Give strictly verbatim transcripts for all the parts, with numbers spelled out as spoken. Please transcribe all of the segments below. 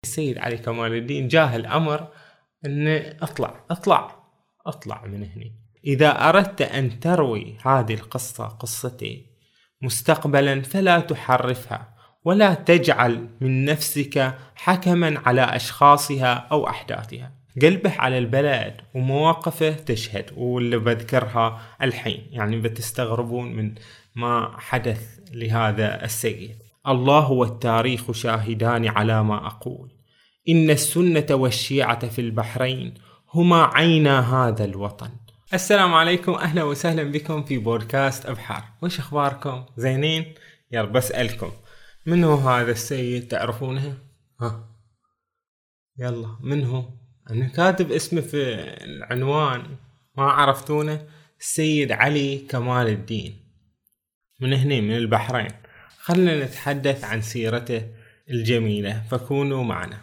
السيد علي كمال الدين جاه الأمر أن اطلع اطلع اطلع من هنا. إذا أردت أن تروي هذه القصة قصتي مستقبلا فلا تحرفها ولا تجعل من نفسك حكما على أشخاصها أو أحداثها. قلبه على البلد ومواقفه تشهد، واللي بذكرها الحين يعني بتستغربون من ما حدث لهذا السيد. الله والتاريخ شاهدان على ما أقول، إن السنة والشيعة في البحرين هما عينا هذا الوطن. السلام عليكم، أهلا وسهلا بكم في بودكاست أبحار. وش أخباركم؟ زينين؟ يلا بسألكم، من هو هذا السيد؟ تعرفونه؟ ها يلا من هو؟ أنا كاتب اسمه في العنوان، ما عرفتونه؟ السيد علي كمال الدين، من هنا من البحرين. خلنا نتحدث عن سيرته الجميلة، فكونوا معنا.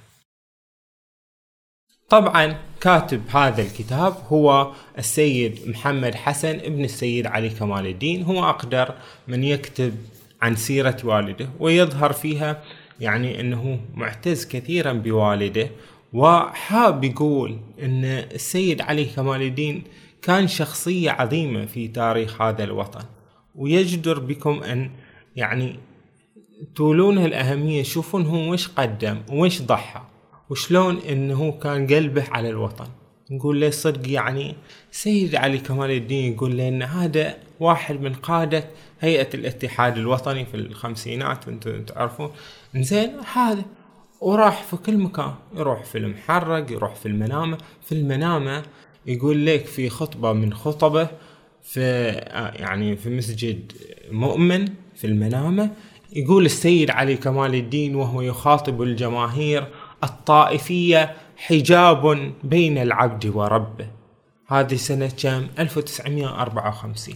طبعا كاتب هذا الكتاب هو السيد محمد حسن ابن السيد علي كمال الدين. هو أقدر من يكتب عن سيرة والده، ويظهر فيها يعني أنه معتز كثيرا بوالده، وحاب يقول أن السيد علي كمال الدين كان شخصية عظيمة في تاريخ هذا الوطن، ويجدر بكم أن يعني تولونه الأهمية، شوفون هو وش قدم وش ضحى وشلون انه كان قلبه على الوطن. نقول ليه صدق يعني سيد علي كمال الدين يقول لنا هذا واحد من قادة هيئة الاتحاد الوطني في الخمسينات، وانتم تعرفون زين هذا، وراح في كل مكان، يروح في المحرق، يروح في المنامة. في المنامة يقول لك في خطبة من خطبه في يعني في مسجد مؤمن في المنامة، يقول السيد علي كمال الدين وهو يخاطب الجماهير: الطائفية حجاب بين العبد وربه. هذه سنة كم؟ ألف وتسعمائة وأربعة وخمسين.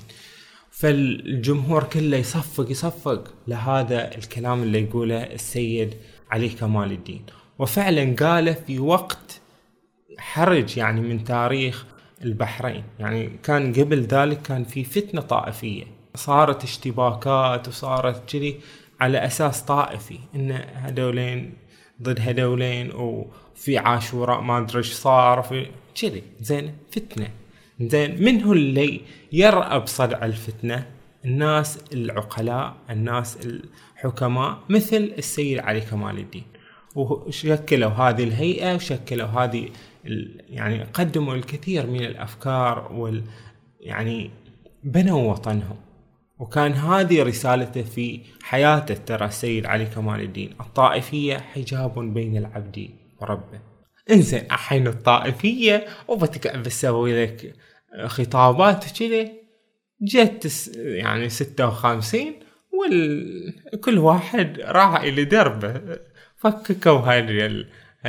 فالجمهور كله يصفق يصفق لهذا الكلام اللي يقوله السيد علي كمال الدين، وفعلا قاله في وقت حرج يعني من تاريخ البحرين. يعني كان قبل ذلك كان في فتنة طائفية، صارت اشتباكات وصارت كذي على أساس طائفي، إن هدولين ضد هدولين، وفي عاشوراء ما أدري إيش صار في كذي. زين فتنة. زين من هو اللي يرأى بصدع الفتنة؟ الناس العقلاء، الناس الحكماء مثل السيد علي كمال الدين، وشكلوا هذه الهيئة وشكلوا هذه يعني قدموا الكثير من الأفكار وال يعني بنوا وطنهم. وكان هذه رسالته في حياته ترى السيد علي كمال الدين: الطائفية حجاب بين العبد وربه. انزين الحين الطائفية وبتقعد بتسوي لك خطابات كذا، جت يعني ستة وخمسين وكل واحد راعي لدربه، فككوا هاي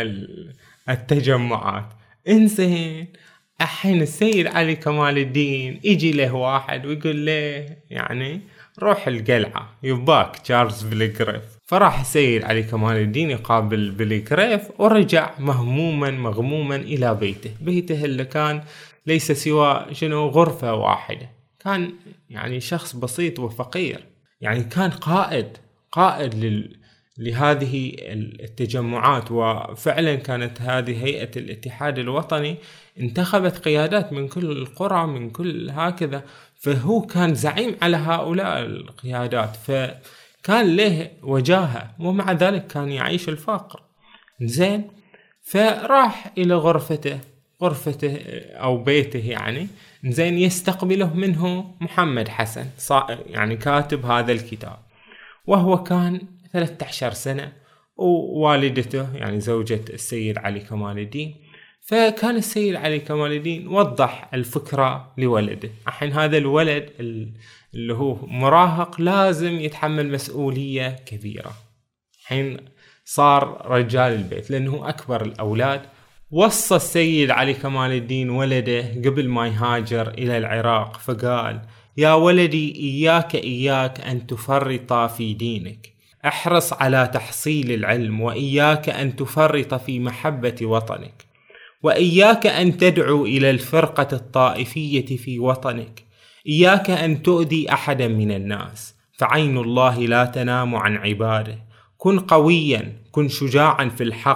التجمعات. انزين الحين السيد علي كمال الدين يجي له واحد ويقول له يعني روح القلعة يباك تشارلز بليغريف. فراح السيد علي كمال الدين يقابل بليغريف، ورجع مهموما مغموما إلى بيته. بيته اللي كان ليس سوى شنو غرفة واحدة. كان يعني شخص بسيط وفقير، يعني كان قائد قائد لل لهذه التجمعات. وفعلا كانت هذه هيئة الاتحاد الوطني انتخبت قيادات من كل القرى من كل هكذا، فهو كان زعيم على هؤلاء القيادات، فكان له وجاهة، ومع ذلك كان يعيش الفقر. زين فراح إلى غرفته غرفته أو بيته يعني. زين يستقبله منه محمد حسن يعني كاتب هذا الكتاب، وهو كان ثلاثة عشر سنة، ووالدته يعني زوجة السيد علي كمال الدين. فكان السيد علي كمال الدين وضح الفكرة لولده. الحين هذا الولد اللي هو مراهق لازم يتحمل مسؤولية كبيرة. الحين صار رجال البيت لأنه أكبر الأولاد. وصى السيد علي كمال الدين ولده قبل ما يهاجر إلى العراق، فقال: يا ولدي، إياك إياك أن تفرط في دينك، احرص على تحصيل العلم، وإياك أن تفرط في محبة وطنك، وإياك أن تدعو إلى الفرقة الطائفية في وطنك، إياك أن تؤذي أحدا من الناس، فعين الله لا تنام عن عباده، كن قويا، كن شجاعا في الحق،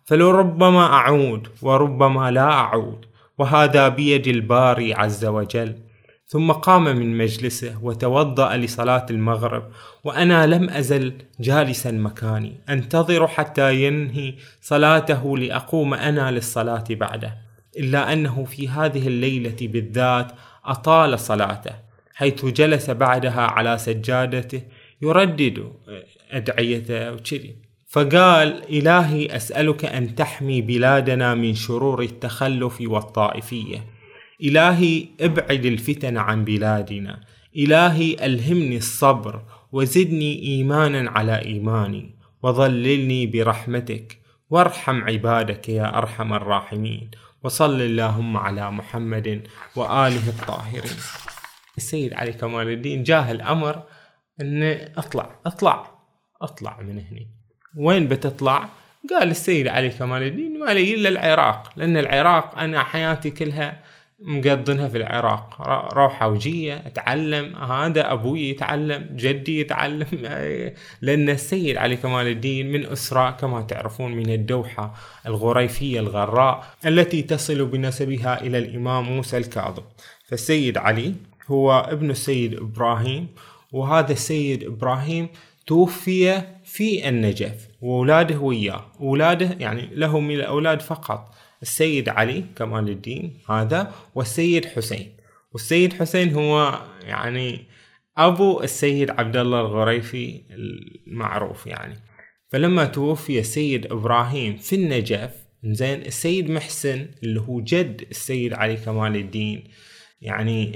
فلربما أعود وربما لا أعود، وهذا بيد الباري عز وجل. ثم قام من مجلسه وتوضأ لصلاة المغرب، وأنا لم أزل جالسا مكاني أنتظر حتى ينهي صلاته لأقوم أنا للصلاة بعده، إلا أنه في هذه الليلة بالذات أطال صلاته، حيث جلس بعدها على سجادته يردد أدعيته وكذي. فقال: إلهي أسألك أن تحمي بلادنا من شرور التخلف والطائفية، إلهي ابعد الفتن عن بلادنا، إلهي ألهمني الصبر وزدني إيمانا على إيماني، وظللني برحمتك وارحم عبادك يا أرحم الراحمين، وصل اللهم على محمد وآله الطاهرين. السيد علي كمال الدين جاه الأمر أن أطلع أطلع أطلع من هنا. وين بتطلع؟ قال السيد علي كمال الدين: ما لي إلا العراق، لأن العراق أنا حياتي كلها مقضنها في العراق، روحة وجية أتعلم، هذا أبوي يتعلم، جدي يتعلم. لأن السيد علي كمال الدين من أسرة كما تعرفون من الدوحة الغريفية الغراء التي تصل بنسبها إلى الإمام موسى الكاظم. فالسيد علي هو ابن السيد إبراهيم، وهذا السيد إبراهيم توفي في النجف وأولاده وياه. أولاده يعني له من الأولاد فقط السيد علي كمال الدين هذا والسيد حسين، والسيد حسين هو يعني أبو السيد عبد الله الغريفي المعروف يعني. فلما توفي السيد إبراهيم في النجف، زين، السيد محسن اللي هو جد السيد علي كمال الدين يعني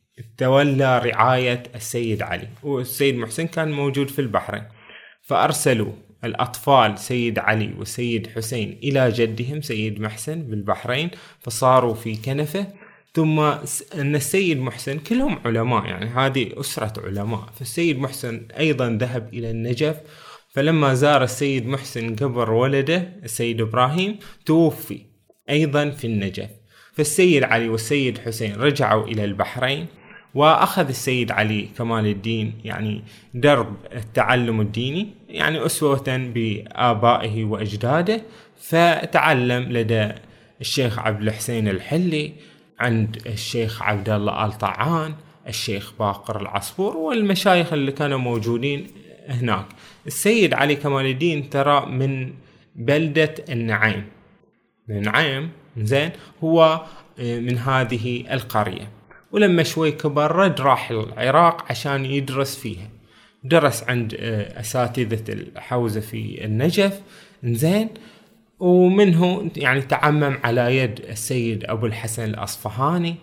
تولى رعاية السيد علي، والسيد محسن كان موجود في البحرين. فأرسلوا الأطفال سيد علي والسيد حسين إلى جدهم سيد محسن بالبحرين، فصاروا في كنفة. ثم أن السيد محسن كلهم علماء، يعني هذه أسرة علماء. فالسيد محسن أيضا ذهب إلى النجف، فلما زار السيد محسن قبر ولده السيد إبراهيم توفي أيضا في النجف. فالسيد علي والسيد حسين رجعوا إلى البحرين، وأخذ السيد علي كمال الدين يعني درب التعلم الديني، يعني أسوة بآبائه وأجداده. فتعلم لدى الشيخ عبد الحسين الحلي، عند الشيخ عبد الله آل طعان، الشيخ باقر العصفور، والمشايخ اللي كانوا موجودين هناك. السيد علي كمال الدين ترى من بلدة النعيم، النعيم زين، هو من هذه القرية. ولما شوي كبر رد راح العراق عشان يدرس فيها، درس عند أساتذة الحوزة في النجف، زين، ومنه يعني تعمم على يد السيد أبو الحسن الأصفهاني،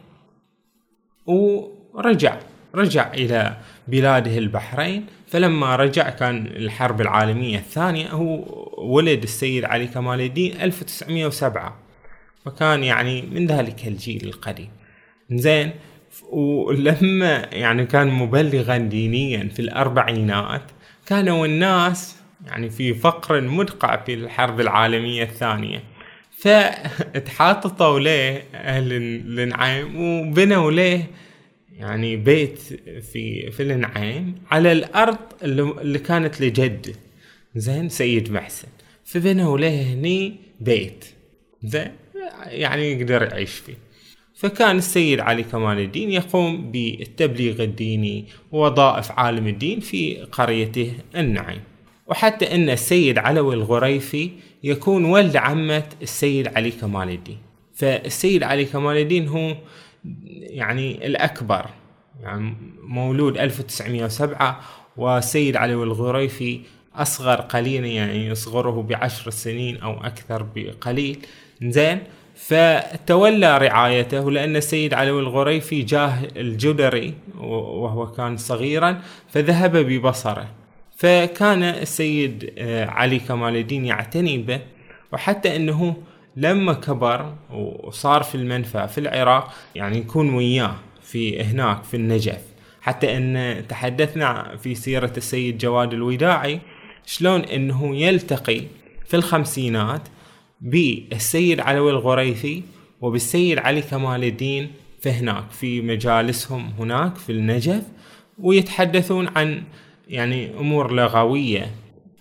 ورجع رجع إلى بلاده البحرين. فلما رجع كان الحرب العالمية الثانية، هو ولد السيد علي كمال الدين ألف وتسعمائة وسبعة، فكان يعني من ذلك الجيل القديم، زين. ولما يعني كان مبلغا دينيا في الأربعينات، كانوا الناس يعني في فقر مدقع في الحرب العالمية الثانية، فتحاططوا له أهل النعيم وبنوا له يعني بيت في في النعيم على الأرض اللي كانت لجده، زين، سيد محسن. فبنوا له هني بيت، زين، يعني يقدر يعيش فيه. فكان السيد علي كمال الدين يقوم بالتبليغ الديني ووظائف عالم الدين في قريته النعيم. وحتى أن السيد علوي الغريفي يكون ولد عمة السيد علي كمال الدين. فالسيد علي كمال الدين هو يعني الأكبر، يعني مولود ألف وتسعمائة وسبعة، والسيد علوي الغريفي أصغر قليلا، يعني يصغره بعشر سنين أو أكثر بقليل، زين. فتولى رعايته، لأن السيد علوي الغريفي جاه الجدري وهو كان صغيرا فذهب ببصره، فكان السيد علي كمال الدين يعتني به. وحتى أنه لما كبر وصار في المنفى في العراق، يعني يكون وياه في هناك في النجف. حتى أن تحدثنا في سيرة السيد جواد الوداعي شلون أنه يلتقي في الخمسينات بالسيد علوي الغريفي وبالسيد علي كمال الدين في هناك في مجالسهم هناك في النجف، ويتحدثون عن يعني أمور لغوية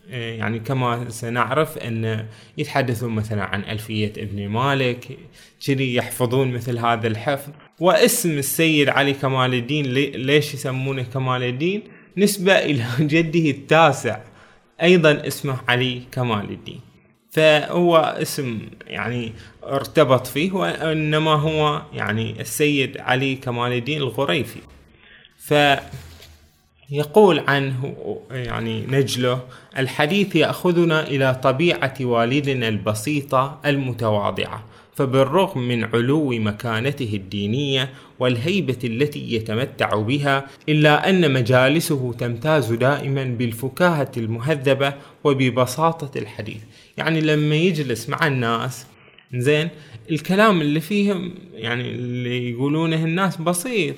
يعني كما سنعرف أن يتحدثون مثلا عن ألفية ابن مالك، كذي يحفظون مثل هذا الحفظ. واسم السيد علي كمال الدين ليش يسمونه كمال الدين؟ نسبة إلى جده التاسع أيضا اسمه علي كمال الدين، فهو اسم يعني ارتبط فيه، وإنما هو يعني السيد علي كمال الدين الغريفي. فيقول عنه يعني نجله: الحديث يأخذنا إلى طبيعة والدنا البسيطة المتواضعة، فبالرغم من علو مكانته الدينية والهيبة التي يتمتع بها، إلا أن مجالسه تمتاز دائما بالفكاهة المهذبة وببساطة الحديث. يعني لما يجلس مع الناس زين الكلام اللي فيهم يعني اللي يقولونه الناس بسيط،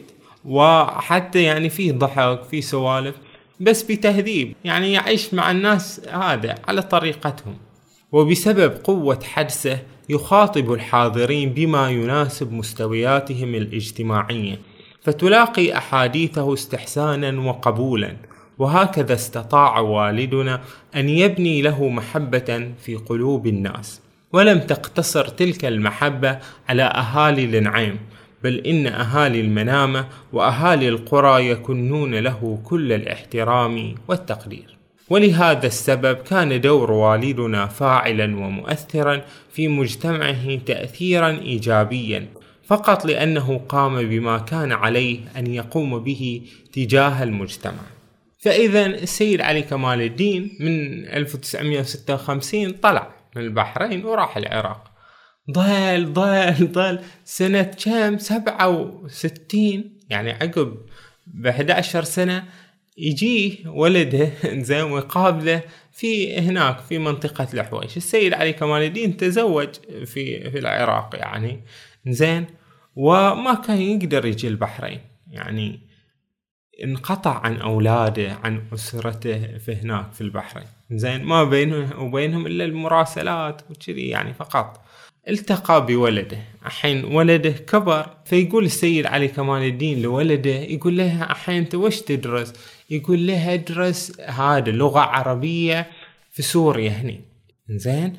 وحتى يعني فيه ضحك فيه سوالف بس بتهذيب، يعني يعيش مع الناس هذا على طريقتهم. وبسبب قوة حدسه يخاطب الحاضرين بما يناسب مستوياتهم الاجتماعية، فتلاقي أحاديثه استحسانا وقبولا. وهكذا استطاع والدنا أن يبني له محبة في قلوب الناس، ولم تقتصر تلك المحبة على أهالي النعيم، بل إن أهالي المنامة وأهالي القرى يكنون له كل الاحترام والتقدير. ولهذا السبب كان دور والدنا فاعلا ومؤثرا في مجتمعه تأثيرا إيجابيا، فقط لأنه قام بما كان عليه أن يقوم به تجاه المجتمع. فإذا السيد علي كمال الدين من ألف وتسعمائة وستة وخمسين طلع من البحرين وراح العراق، ضل ضل ضل سنة كم سبعة وستين، يعني عقب بأحد عشر سنة يجيه ولده زين ويقابله في هناك في منطقة الحويش. السيد علي كمال الدين تزوج في في العراق يعني زين، وما كان يقدر يجي البحرين، يعني انقطع عن أولاده عن أسرته في هناك في البحرين زين، ما بينه وبينهم إلا المراسلات وكذي يعني فقط. التقى بولده، الحين ولده كبر، فيقول السيد علي كمال الدين لولده، يقول له الحين انت وش تدرس؟ يقول له ادرس هذا لغة عربية في سوريا هني زين،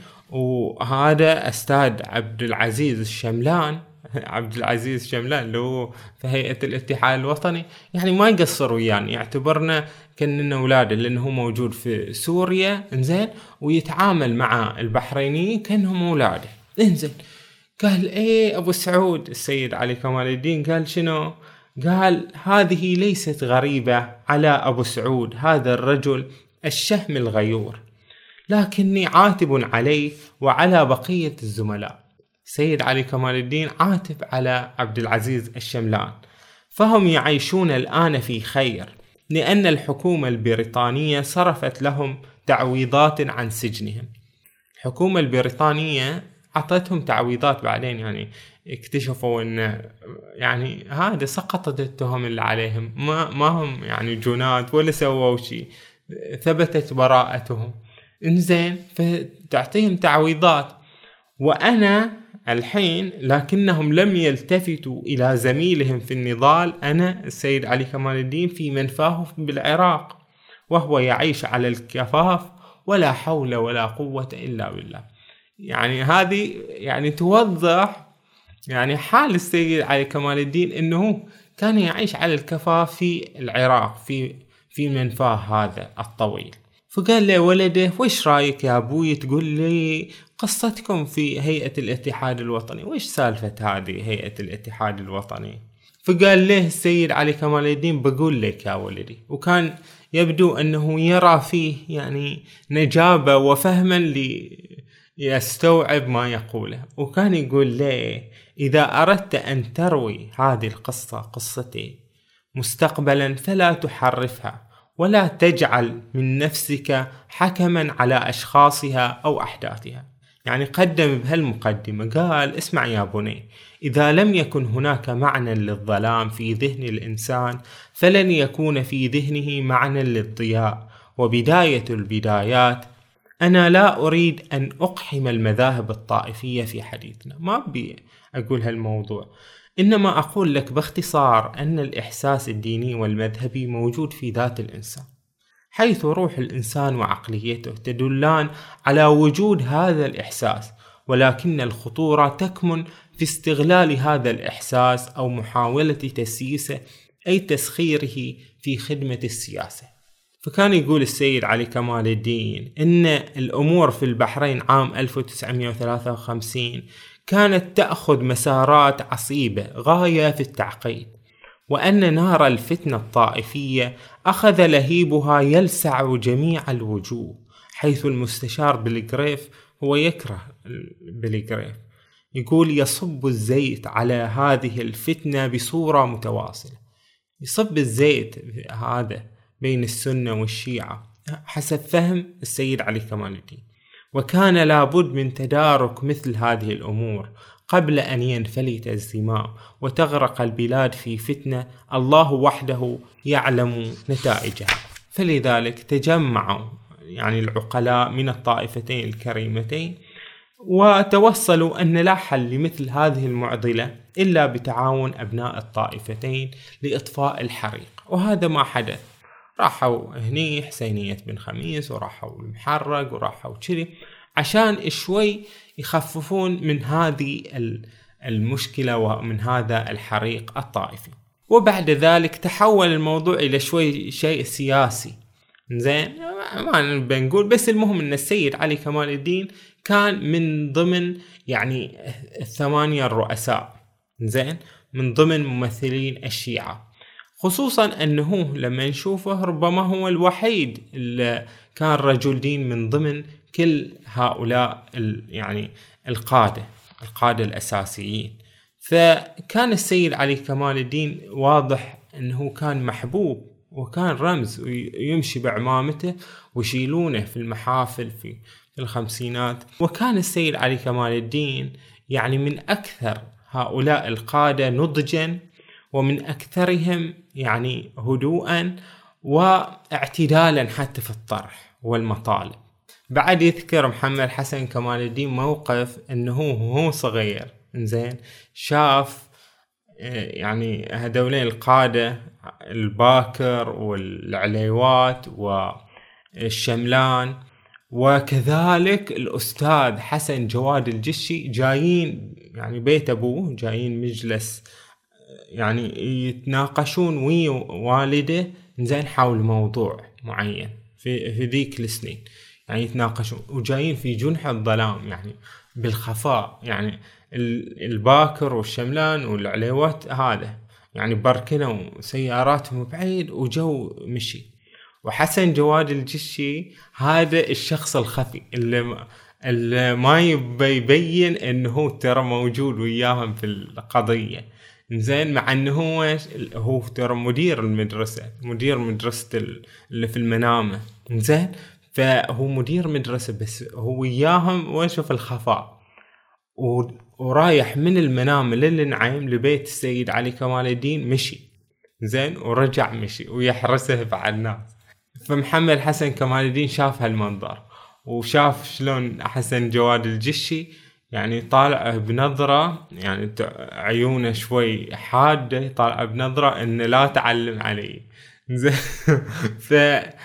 وهذا استاذ عبد العزيز الشملان عبد العزيز الشملان اللي هو في هيئة الاتحاد الوطني، يعني ما يقصر ويانا، يعتبرنا كأننا أولاده لأنه موجود في سوريا إنزين، ويتعامل مع البحرينيين كأنهم أولاده إنزين. قال إيه أبو سعود السيد علي كمال الدين قال شنو؟ قال هذه ليست غريبة على أبو سعود هذا الرجل الشهم الغيور، لكني عاتب عليه وعلى بقية الزملاء. سيد علي كمال الدين عاتب على عبد العزيز الشملان، فهم يعيشون الآن في خير، لأن الحكومة البريطانية صرفت لهم تعويضات عن سجنهم. الحكومة البريطانية عطتهم تعويضات، بعدين يعني اكتشفوا ان يعني هذا سقطت التهم اللي عليهم، ما, ما هم يعني جنات ولا سووا شيء، ثبتت براءتهم انزين، فتعطيهم تعويضات. وأنا الحين لكنهم لم يلتفتوا إلى زميلهم في النضال، أنا السيد علي كمال الدين في منفاه بالعراق وهو يعيش على الكفاف ولا حول ولا قوة إلا بالله. يعني هذه يعني توضح يعني حال السيد علي كمال الدين أنه كان يعيش على الكفاف في العراق في في منفاه هذا الطويل. فقال له ولده وش رايك يا أبوي تقول لي قصتكم في هيئة الاتحاد الوطني، وش سالفة هذه هيئة الاتحاد الوطني؟ فقال له السيد علي كمال الدين بقول لك يا ولدي، وكان يبدو أنه يرى فيه يعني نجابة وفهما ليستوعب ما يقوله، وكان يقول له إذا أردت أن تروي هذه القصة قصتي مستقبلا فلا تحرفها ولا تجعل من نفسك حكما على أشخاصها أو أحداثها. يعني قدم بهالمقدمة قال اسمع يا بني، إذا لم يكن هناك معنى للظلام في ذهن الإنسان فلن يكون في ذهنه معنى للضياء، وبداية البدايات أنا لا أريد أن أقحم المذاهب الطائفية في حديثنا، ما أبي أقول هالموضوع، إنما أقول لك باختصار أن الإحساس الديني والمذهبي موجود في ذات الإنسان، حيث روح الإنسان وعقليته تدلان على وجود هذا الإحساس، ولكن الخطورة تكمن في استغلال هذا الإحساس أو محاولة تسييسه أي تسخيره في خدمة السياسة. فكان يقول السيد علي كمال الدين إن الأمور في البحرين عام ألف وتسعمائة وثلاثة وخمسين كانت تأخذ مسارات عصيبة غاية في التعقيد، وأن نار الفتنة الطائفية أخذ لهيبها يلسع جميع الوجوه، حيث المستشار بلغريف هو يكره بلغريف، يقول يصب الزيت على هذه الفتنة بصورة متواصلة. يصب الزيت هذا بين السنة والشيعة حسب فهم السيد علي كمال الدين، وكان لابد من تدارك مثل هذه الأمور قبل أن ينفلت الزمام وتغرق البلاد في فتنة الله وحده يعلم نتائجها. فلذلك تجمعوا يعني العقلاء من الطائفتين الكريمتين وتوصلوا أن لا حل لمثل هذه المعضلة إلا بتعاون أبناء الطائفتين لإطفاء الحريق، وهذا ما حدث. راحوا هني حسينية بن خميس وراحوا المحرق وراحوا كذي عشان شوي يخففون من هذه المشكلة ومن هذا الحريق الطائفي. وبعد ذلك تحول الموضوع إلى شوي شيء سياسي، زين ما بنقول، بس المهم أن السيد علي كمال الدين كان من ضمن يعني الثمانية الرؤساء، زين من ضمن ممثلين الشيعة، خصوصا أنه لما نشوفه ربما هو الوحيد اللي كان رجل دين من ضمن كل هؤلاء يعني القادة القادة الأساسيين. فكان السيد علي كمال الدين واضح أنه كان محبوب وكان رمز، ويمشي بعمامته ويشيلونه في المحافل في الخمسينات. وكان السيد علي كمال الدين يعني من أكثر هؤلاء القادة نضجا، ومن أكثرهم يعني هدوءا واعتدالا حتى في الطرح والمطالب. بعد يذكر محمد حسن كمال الدين موقف أنه هو صغير إنزين شاف يعني هذولين القادة الباكر والعليوات والشملان وكذلك الأستاذ حسن جواد الجشي جايين يعني بيت أبوه، جايين مجلس يعني يتناقشون ويا والده إنزين حول موضوع معين في في ذيك السنين، يعني يتناقشون وجايين في جنح الظلام يعني بالخفاء، يعني الباكر والشملان والعليوات هذا يعني بركنوا سياراتهم بعيد وجو مشي. وحسن جواد الجشي هذا الشخص الخفي اللي, اللي ما يبي يبين انه ترى موجود وياهم في القضية، زين مع انه هو هو ترى مدير المدرسة، مدير مدرسة اللي في المنامة، زين فهو مدير مدرسة بس هو وياهم وشوف الخفاء، ورايح من المنام للنعيم لبيت السيد علي كمال الدين مشي، زين ورجع مشي ويحرسه بعد الناس. فمحمد حسن كمال الدين شاف هالمنظر وشاف شلون حسن جواد الجشي يعني طالع بنظرة، يعني عيونه شوي حادة، طالع بنظرة إن لا تعلم علي، زين ف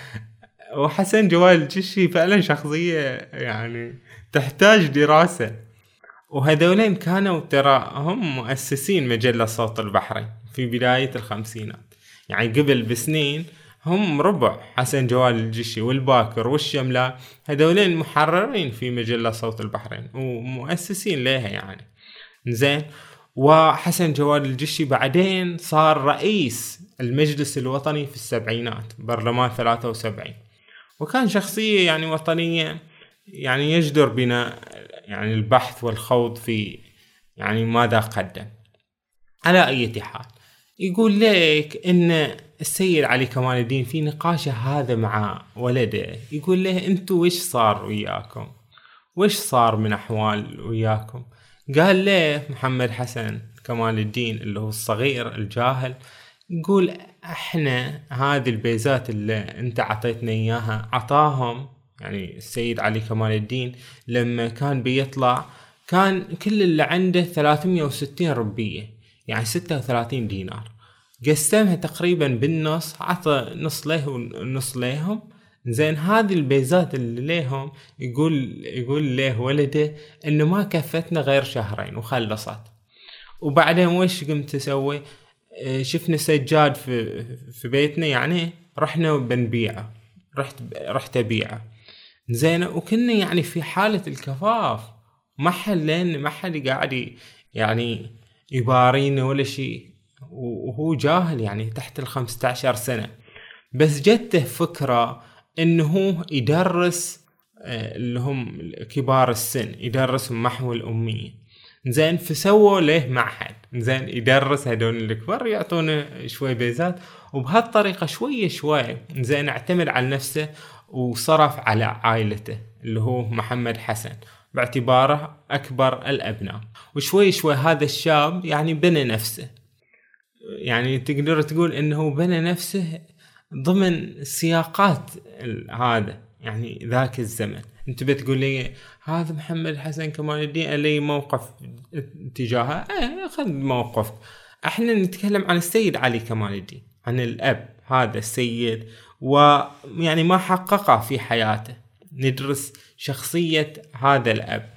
وحسن جواد الجشي فعلا شخصية يعني تحتاج دراسة. وهذولين كانوا ترى هم مؤسسين مجلة صوت البحرين في بداية الخمسينات، يعني قبل بسنين هم ربع حسن جواد الجشي والباكر والشملان، هذولين محررين في مجلة صوت البحرين ومؤسسين لها يعني، زين. وحسن جواد الجشي بعدين صار رئيس المجلس الوطني في السبعينات، برلمان ثلاثة وسبعين، وكان شخصية يعني وطنية، يعني يجدر بنا يعني البحث والخوض في يعني ماذا قدم. على أي حال يقول لك إن السيد علي كمال الدين في نقاشه هذا مع ولده يقول له أنتوا ويش صار وياكم، ويش صار من أحوال وياكم؟ قال له محمد حسن كمال الدين اللي هو الصغير الجاهل، يقول احنا هذه البيزات اللي انت عطيتنا اياها عطاهم يعني السيد علي كمال الدين لما كان بيطلع كان كل اللي عنده ثلاثمائة وستين ربية يعني ستة وثلاثين دينار، قسمها تقريبا بالنص، عطى نص له ونص لهم، زين هذه البيزات اللي ليهم يقول يقول ليه ولده انه ما كفتنا غير شهرين وخلصت. وبعدين وش قمت اسوي؟ شفنا سجاد في في بيتنا يعني رحنا بنبيعه، رحت رحت ابيعه. زين وكنا يعني في حالة الكفاف، ما حد لين ما حد قاعد يعني يبارينا ولا شيء، وهو جاهل يعني تحت الخمسة عشر سنة. بس جته فكرة انه يدرس اللي هم كبار السن، يدرسهم محو الأمية. زين فسووا له معهد، زين يدرس هدول الكبار، يعطونه شوي بيزات، وبهالطريقة شوية شوي زين اعتمد على نفسه وصرف على عائلته اللي هو محمد حسن باعتباره أكبر الأبناء. وشوي شوي هذا الشاب يعني بنى نفسه، يعني تقدر تقول انه بنى نفسه ضمن سياقات هذا يعني ذاك الزمن. انت بتقول لي هذا محمد حسن كمال الدين لي موقف تجاهه، اه خذ موقف. احنا نتكلم عن السيد علي كمال الدين، عن الاب هذا السيد، ويعني ما حققه في حياته. ندرس شخصية هذا الاب،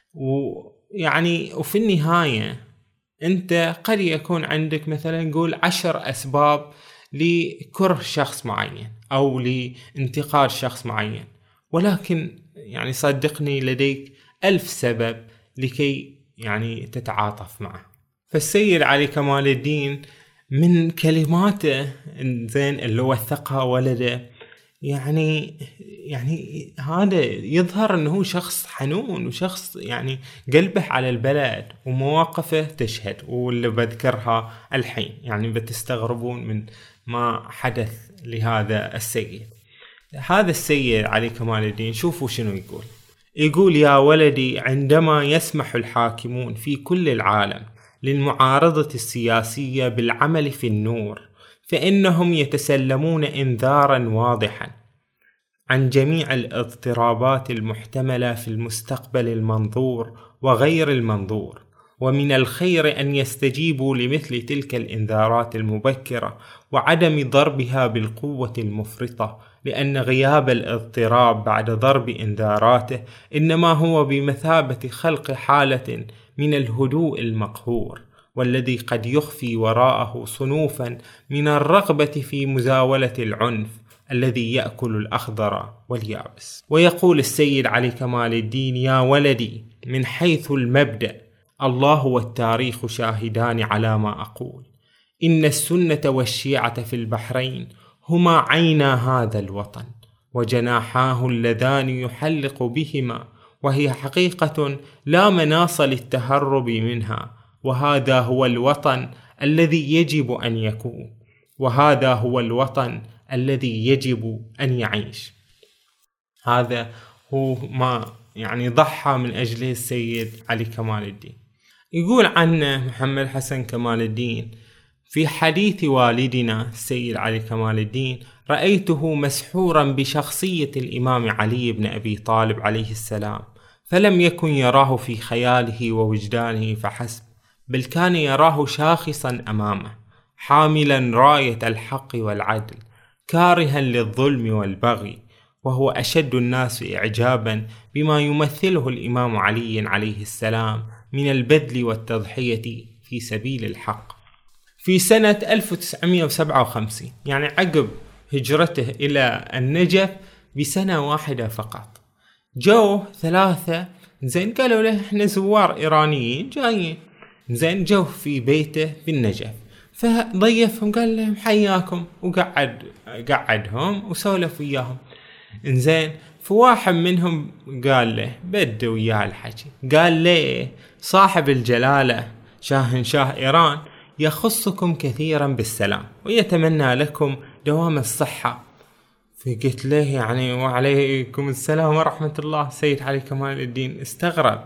ويعني وفي النهاية انت قد يكون عندك مثلا نقول عشر اسباب لكره شخص معين او لانتقاد شخص معين، ولكن يعني صدقني لديك ألف سبب لكي يعني تتعاطف معه. فالسيد علي كمال الدين من كلماته زين اللي وثقها ولده، يعني يعني هذا يظهر انه هو شخص حنون وشخص يعني قلبه على البلد، ومواقفه تشهد واللي بذكرها الحين يعني بتستغربون من ما حدث لهذا السيد. هذا السيد علي كمال الدين شوفوا شنو يقول. يقول: يا ولدي، عندما يسمح الحاكمون في كل العالم للمعارضة السياسية بالعمل في النور، فإنهم يتسلمون إنذارا واضحا عن جميع الاضطرابات المحتملة في المستقبل المنظور وغير المنظور، ومن الخير أن يستجيبوا لمثل تلك الإنذارات المبكرة وعدم ضربها بالقوة المفرطة، لأن غياب الاضطراب بعد ضرب إنذاراته إنما هو بمثابة خلق حالة من الهدوء المقهور، والذي قد يخفي وراءه صنوفا من الرغبة في مزاولة العنف الذي يأكل الأخضر واليابس. ويقول السيد علي كمال الدين: يا ولدي، من حيث المبدأ الله والتاريخ شاهدان على ما أقول، إن السنة والشيعة في البحرين هما عينا هذا الوطن وجناحاه اللذان يحلق بهما، وهي حقيقة لا مناص للتهرب منها، وهذا هو الوطن الذي يجب أن يكون، وهذا هو الوطن الذي يجب أن يعيش. هذا هو ما يعني ضحى من أجله السيد علي كمال الدين. يقول عنه محمد حسن كمال الدين في حديث والدنا السيد علي كمال الدين: رأيته مسحورا بشخصية الإمام علي بن أبي طالب عليه السلام، فلم يكن يراه في خياله ووجدانه فحسب، بل كان يراه شاخصا أمامه حاملا راية الحق والعدل، كارها للظلم والبغي، وهو أشد الناس إعجابا بما يمثله الإمام علي عليه السلام من البذل والتضحية في سبيل الحق. في سنة ألف وتسعمائة وسبعة وخمسين، يعني عقب هجرته إلى النجف بسنة واحدة فقط، جو ثلاثة زين قالوا له احنا زوار إيرانيين جايين، زين جو في بيته في النجف، فضيفهم قال لهم حياكم، وقعد قعدهم وسولف وياهم. انزين فواحد منهم قال له بده وياه الحكي، قال لي صاحب الجلالة شاهنشاه إيران يخصكم كثيرا بالسلام ويتمنى لكم دوام الصحة. فقلت له يعني وعليكم السلام ورحمة الله. سيد علي كمال الدين استغرب،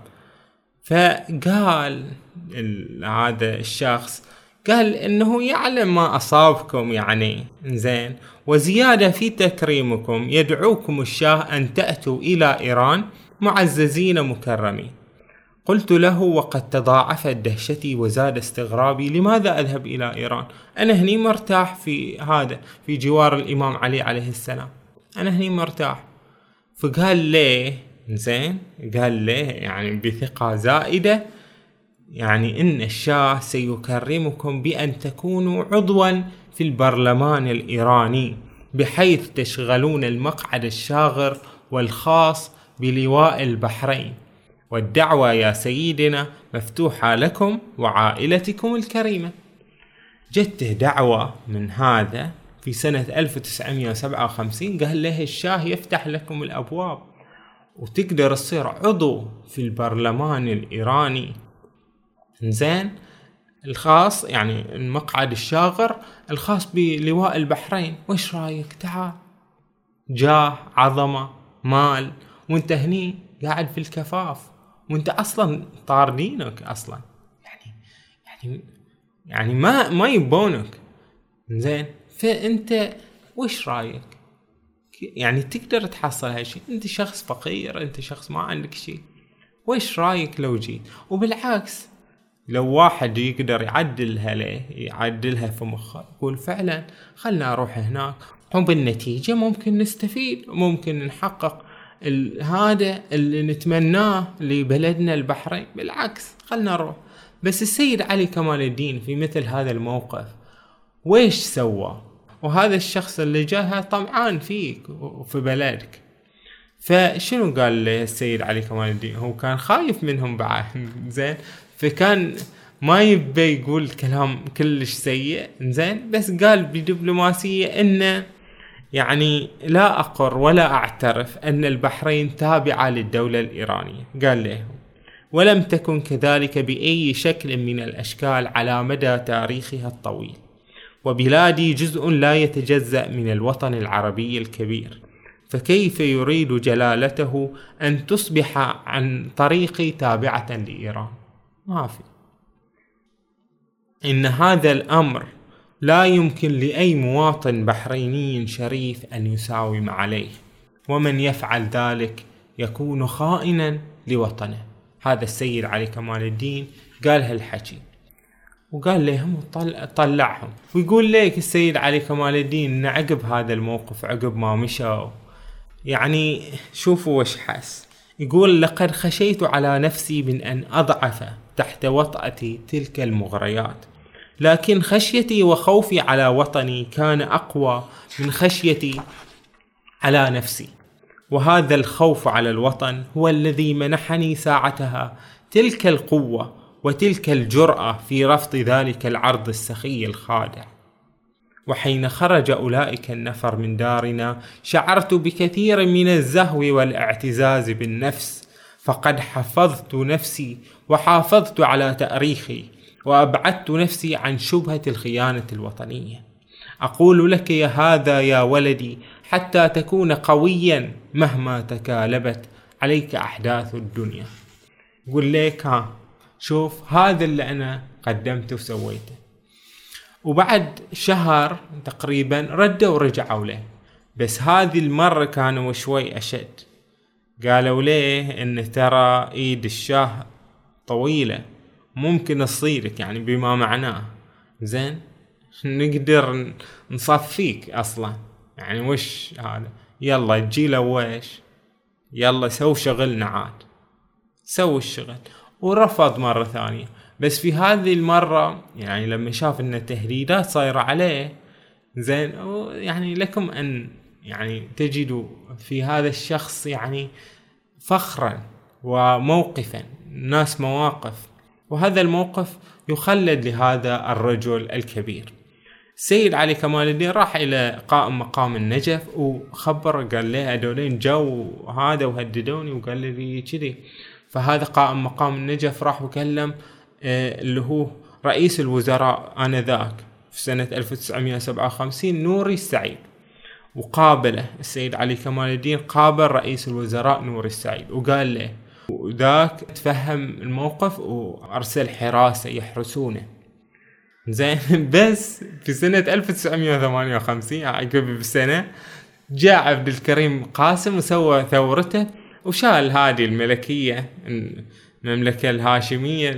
فقال هذا الشخص قال انه يعلم ما اصابكم يعني زين، وزيادة في تكريمكم يدعوكم الشاه ان تأتوا الى ايران معززين مكرمين. قلت له وقد تضاعفت دهشتي وزاد استغرابي، لماذا اذهب الى ايران؟ انا هني مرتاح في هذا في جوار الامام علي عليه السلام. أنا هني مرتاح. فقال ليه زين قال ليه يعني بثقة زائدة يعني إن الشاه سيكرمكم بأن تكونوا عضوا في البرلمان الإيراني، بحيث تشغلون المقعد الشاغر والخاص بلواء البحرين، والدعوة يا سيدنا مفتوحة لكم وعائلتكم الكريمة. جته دعوة من هذا في سنة ألف وتسعمائة وسبعة وخمسين، قال له الشاه يفتح لكم الأبواب وتقدر تصير عضو في البرلمان الإيراني زين الخاص، يعني المقعد الشاغر الخاص بلواء البحرين. وش رايك؟ تعال، جاه، عظمة، مال، وانت هني قاعد في الكفاف، وانت اصلا طاردينك اصلا، يعني يعني يعني ما ما يبونك زين. فانت وش رايك؟ يعني تقدر تحصل هالشيء، انت شخص فقير، انت شخص ما عندك شيء، وش رايك لو جيت؟ وبالعكس لو واحد يقدر يعدلها له يعدلها في مخه، يقول فعلا خلنا اروح هناك وبالنتيجة ممكن نستفيد، ممكن نحقق هذا اللي نتمناه لبلدنا البحرين، بالعكس خلنا نروح. بس السيد علي كمال الدين في مثل هذا الموقف ويش سوى؟ وهذا الشخص اللي جاها طمعان فيك وفي بلدك، فشنو قال له السيد علي كمال الدين؟ هو كان خايف منهم بعد زين، فكان ما يبي يقول كلام كلش سيء زين، بس قال بدبلوماسية إنه يعني لا أقر ولا أعترف أن البحرين تابعة للدولة الإيرانية. قال له ولم تكن كذلك بأي شكل من الأشكال على مدى تاريخها الطويل، وبلادي جزء لا يتجزأ من الوطن العربي الكبير، فكيف يريد جلالته أن تصبح عن طريقي تابعة لإيران؟ ما في. إن هذا الأمر لا يمكن لأي مواطن بحريني شريف أن يساوم عليه، ومن يفعل ذلك يكون خائنا لوطنه. هذا السيد علي كمال الدين قال هالحكي، وقال لهم طلعهم. ويقول ليك السيد علي كمال الدين إن عقب هذا الموقف، عقب ما مشوا، يعني شوفوا وش حس. يقول لقد خشيت على نفسي من أن أضعف تحت وطأة تلك المغريات، لكن خشيتي وخوفي على وطني كان أقوى من خشيتي على نفسي، وهذا الخوف على الوطن هو الذي منحني ساعتها تلك القوة وتلك الجرأة في رفض ذلك العرض السخي الخادع. وحين خرج أولئك النفر من دارنا شعرت بكثير من الزهو والاعتزاز بالنفس، فقد حفظت نفسي وحافظت على تاريخي، وأبعدت نفسي عن شبهة الخيانة الوطنية. أقول لك يا هذا يا ولدي حتى تكون قويا مهما تكالبت عليك أحداث الدنيا. قل لك ها شوف هذا اللي أنا قدمته وسويته. وبعد شهر تقريبا ردوا ورجعوا له، بس هذه المرة كانوا شوي أشد. قالوا ليه إن ترى إيد الشاه طويلة ممكن تصيرك، يعني بما معناه زين نقدر نصفيك أصلا، يعني وش هذا، يلا تجي له ويش، يلا سوي شغلنا عاد، سوي الشغل. ورفض مرة ثانية، بس في هذه المرة يعني لما شاف ان التهديدات صايرة عليه زين، يعني لكم ان يعني تجدوا في هذا الشخص يعني فخرا وموقفا، ناس مواقف، وهذا الموقف يخلد لهذا الرجل الكبير. السيد علي كمال الدين راح الى قائم مقام النجف وخبر، قال له هذولين جو هذا وهددوني وقال لي كذي. فهذا قائم مقام النجف راح وكلم اللي هو رئيس الوزراء آنذاك في سنة ألف وتسعمائة وسبعة وخمسين نوري السعيد، وقابله السيد علي كمال الدين، قابل رئيس الوزراء نوري السعيد وقال له، وذاك تفهم الموقف وأرسل حراسة يحرسونه زين. بس في سنة ألف وتسعمائة وثمانية وخمسين عقب بسنة جاء عبد الكريم قاسم وسوى ثورته وشال هذه الملكية، المملكة الهاشمية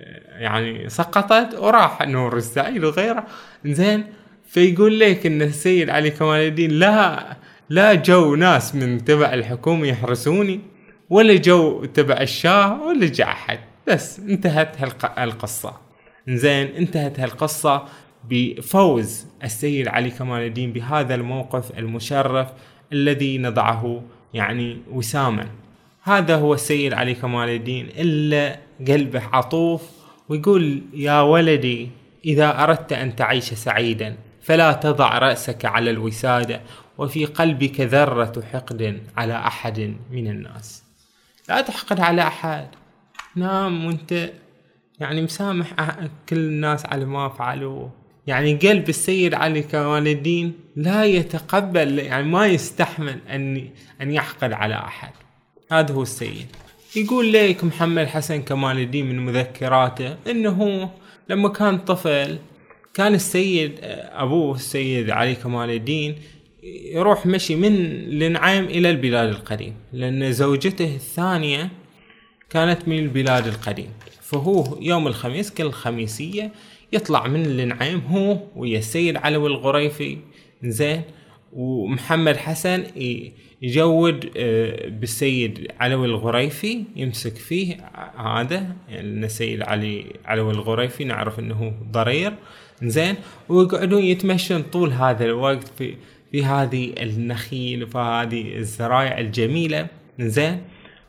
يعني سقطت، وراح نور السعيد وغيره زين. فيقول لك ان السيد علي كمال الدين لا لا جو ناس من تبع الحكومة يحرسوني، ولا جو تبع الشاه، ولا جاء أحد. بس انتهت هالقصة. زين، انتهت هالقصة بفوز السيد علي كمال الدين بهذا الموقف المشرف الذي نضعه يعني وساما. هذا هو السيد علي كمال الدين إلا قلبه عطوف، ويقول: يا ولدي، إذا أردت أن تعيش سعيدا فلا تضع رأسك على الوسادة وفي قلبك ذرة حقد على أحد من الناس. لا تحقد على أحد، نام وانت يعني مسامح كل الناس على ما فعلوا. يعني قلب السيد علي كمال الدين لا يتقبل، يعني ما يستحمل أن أن يحقد على أحد. هذا هو السيد. يقول لك محمد حسن كمال الدين من مذكراته إنه لما كان طفل كان السيد أبوه السيد علي كمال الدين يروح مشي من النعيم إلى البلاد القديم، لأن زوجته الثانية كانت من البلاد القديم. فهو يوم الخميس كل خميسية يطلع من النعيم هو ويا السيد علوي الغريفي، زين، ومحمد حسن يجود بالسيد علوي الغريفي، يمسك فيه هذا، يعني السيد علي علوي الغريفي نعرف انه ضرير، زين، ويقعدون يتمشون طول هذا الوقت في في هذه النخيل وفي هذه الزرايع الجميلة، زين،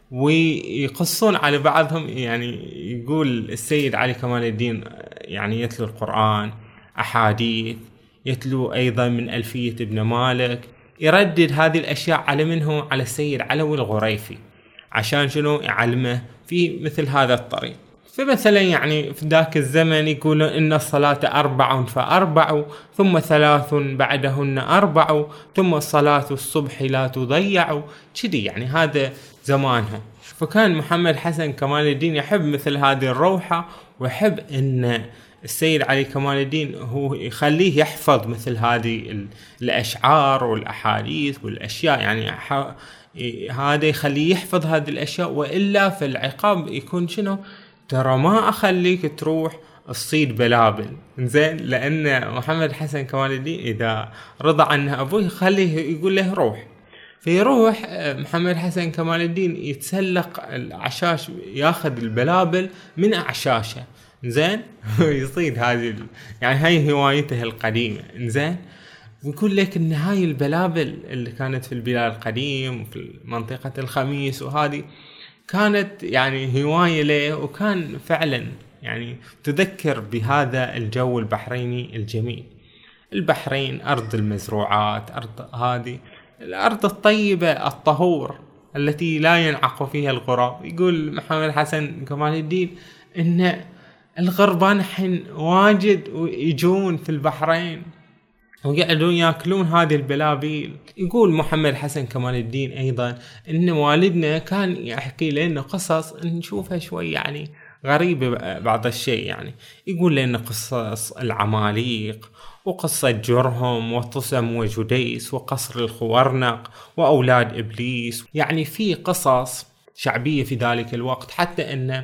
ويقصون على بعضهم. يعني يقول السيد علي كمال الدين يعني يتلو القرآن، أحاديث، يتلو أيضا من ألفية ابن مالك، يردد هذه الأشياء على منه على السيد علوي الغريفي عشان شنو يعلمه في مثل هذا الطريق. فمثلا يعني في ذاك الزمن يقولون إن الصلاة أربع فأربع ثم ثلاث بعدهن أربع ثم الصلاة الصبح لا تضيع كذي، يعني هذا زمانها. فكان محمد حسن كمال الدين يحب مثل هذه الروحة، ويحب إن السيد علي كمال الدين هو يخليه يحفظ مثل هذه الأشعار والأحاديث والأشياء، يعني هذا يخليه يحفظ هذه الأشياء، وإلا في العقاب يكون شنو؟ ترى ما أخليك تروح الصيد بلابل، زين، لأن محمد حسن كمال الدين إذا رضى عنه أبوه يخليه يقول له روح. فيروح محمد حسن كمال الدين يتسلق العشاش، ياخذ البلابل من أعشاشه، زين، يصيد هذه يعني هاي هوايته القديمة، زين. ويقول لك إن هاي البلابل اللي كانت في البلاد القديم وفي منطقة الخميس وهذه كانت يعني هواية له، وكان فعلا يعني تذكر بهذا الجو البحريني الجميل. البحرين أرض المزروعات، أرض هذه الأرض الطيبة الطهور التي لا ينعق فيها الغراب. يقول محمد حسن كمال الدين إن الغربان حين واجد ويجون في البحرين ويقعدون يأكلون هذه البلابيل. يقول محمد حسن كمال الدين أيضا إن والدنا كان يحكي لنا قصص نشوفها شوي يعني غريبة بعض الشيء، يعني يقول لنا قصص العماليق وقصة جرهم وطسم وجديس وقصر الخورنق وأولاد إبليس، يعني في قصص شعبية في ذلك الوقت. حتى أن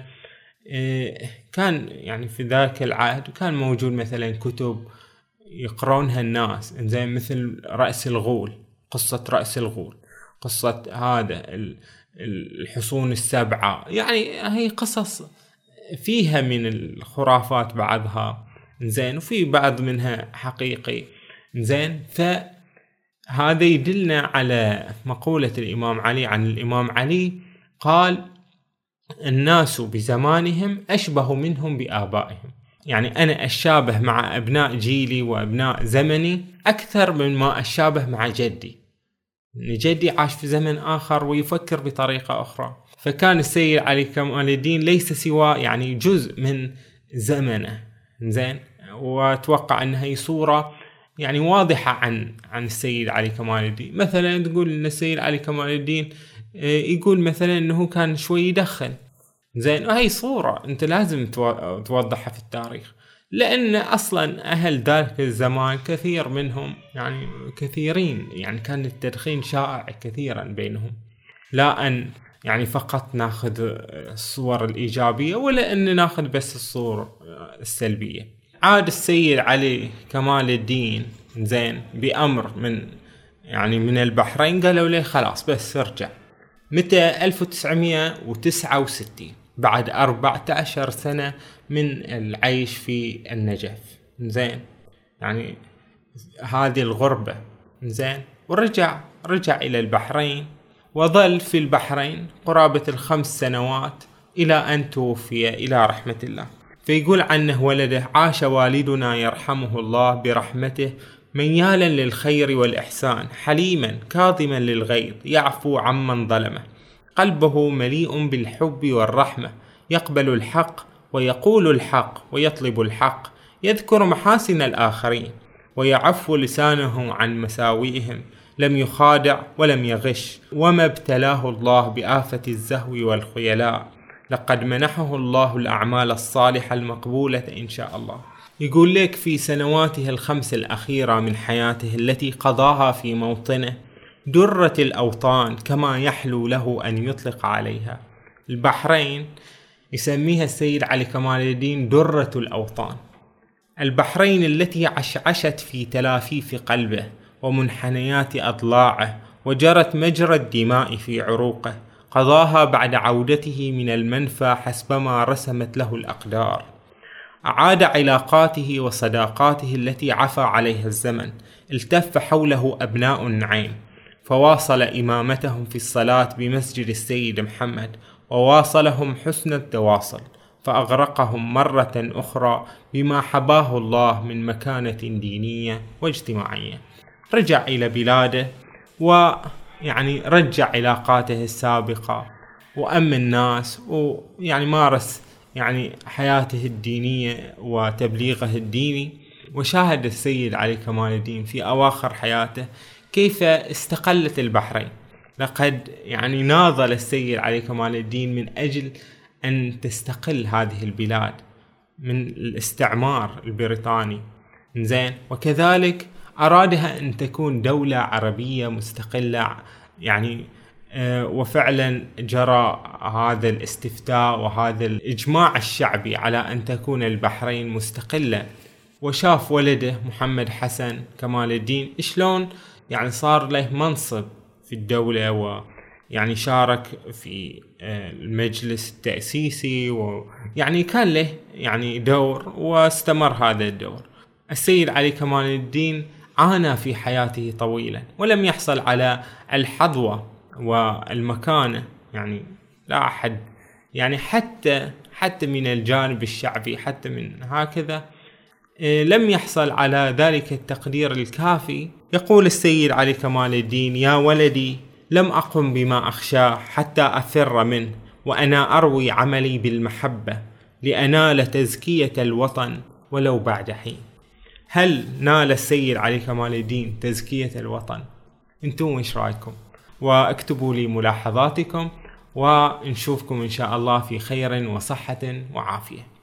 كان يعني في ذاك العهد كان موجود مثلا كتب يقرونها الناس، زي مثل رأس الغول، قصة رأس الغول، قصة هذا الحصون السبعة، يعني هي قصص فيها من الخرافات بعضها، زين، وفي بعض منها حقيقي، زين. فهذا يدلنا على مقولة الإمام علي عن الإمام علي، قال: الناس بزمانهم أشبه منهم بآبائهم. يعني أنا أشابه مع أبناء جيلي وأبناء زمني أكثر من ما أشابه مع جدي. جدي عاش في زمن آخر ويفكر بطريقة أخرى. فكان السيد علي كمال الدين ليس سوى يعني جزء من زمنه، زين. وأتوقع أن هي صورة يعني واضحة عن عن السيد علي كمال الدين. مثلا تقول أن السيد علي كمال الدين يقول مثلا أنه كان شوي يدخن، زين، وهي صورة أنت لازم توضحها في التاريخ، لأن أصلا أهل ذلك الزمان كثير منهم يعني كثيرين يعني كان التدخين شائع كثيرا بينهم. لا أن يعني فقط ناخذ الصور الإيجابية، ولا أن ناخذ بس الصور السلبية. عاد السيد علي كمال الدين، زين، بأمر من يعني من البحرين قالوا له خلاص بس ارجع. متى؟ ألف وتسعمائة وتسعة وستين، بعد أربعة عشر سنة من العيش في النجف. زين، يعني هذه الغربة. زين، ورجع رجع إلى البحرين وظل في البحرين قرابة الخمس سنوات إلى أن توفي إلى رحمة الله. فيقول عنه ولده: عاش والدنا يرحمه الله برحمته ميالا للخير والإحسان، حليما كاظما للغيظ، يعفو عمن ظلمه، قلبه مليء بالحب والرحمة، يقبل الحق ويقول الحق ويطلب الحق، يذكر محاسن الآخرين ويعفو لسانه عن مساوئهم، لم يخادع ولم يغش، وما ابتلاه الله بآفة الزهو والخيلاء، لقد منحه الله الأعمال الصالحة المقبولة إن شاء الله. يقول لك في سنواته الخمس الأخيرة من حياته التي قضاها في موطنه درة الأوطان كما يحلو له أن يطلق عليها. البحرين يسميها السيد علي كمال الدين درة الأوطان. البحرين التي عشعشت في تلافيف قلبه ومنحنيات أضلاعه وجرت مجرى الدماء في عروقه، قضاها بعد عودته من المنفى حسبما رسمت له الأقدار. أعاد علاقاته وصداقاته التي عفى عليها الزمن، التف حوله أبناء النعيم، فواصل إمامتهم في الصلاة بمسجد السيد محمد، وواصلهم حسن التواصل، فأغرقهم مرة أخرى بما حباه الله من مكانة دينية واجتماعية. رجع إلى بلاده ويعني رجع علاقاته السابقة وأمن الناس، ويعني مارس يعني حياته الدينية وتبليغه الديني. وشاهد السيد علي كمال الدين في أواخر حياته كيف استقلت البحرين. لقد يعني ناضل السيد علي كمال الدين من أجل أن تستقل هذه البلاد من الاستعمار البريطاني. زين، وكذلك أرادها أن تكون دولة عربية مستقلة، يعني آه وفعلا جرى هذا الاستفتاء وهذا الإجماع الشعبي على أن تكون البحرين مستقلة. وشاف ولده محمد حسن كمال الدين شلون يعني صار له منصب في الدولة، ويعني شارك في المجلس التأسيسي، ويعني كان له يعني دور واستمر هذا الدور. السيد علي كمال الدين عانى في حياته طويلا ولم يحصل على الحظوة والمكانة، يعني لا أحد يعني حتى حتى من الجانب الشعبي، حتى من هكذا لم يحصل على ذلك التقدير الكافي. يقول السيد علي كمال الدين: يا ولدي، لم أقم بما أخشاه حتى أفر منه، وأنا أروي عملي بالمحبة لأنال تزكية الوطن ولو بعد حين. هل نال السيد علي كمال الدين تزكية الوطن؟ انتم ايش رأيكم؟ واكتبوا لي ملاحظاتكم، ونشوفكم إن شاء الله في خير وصحة وعافية.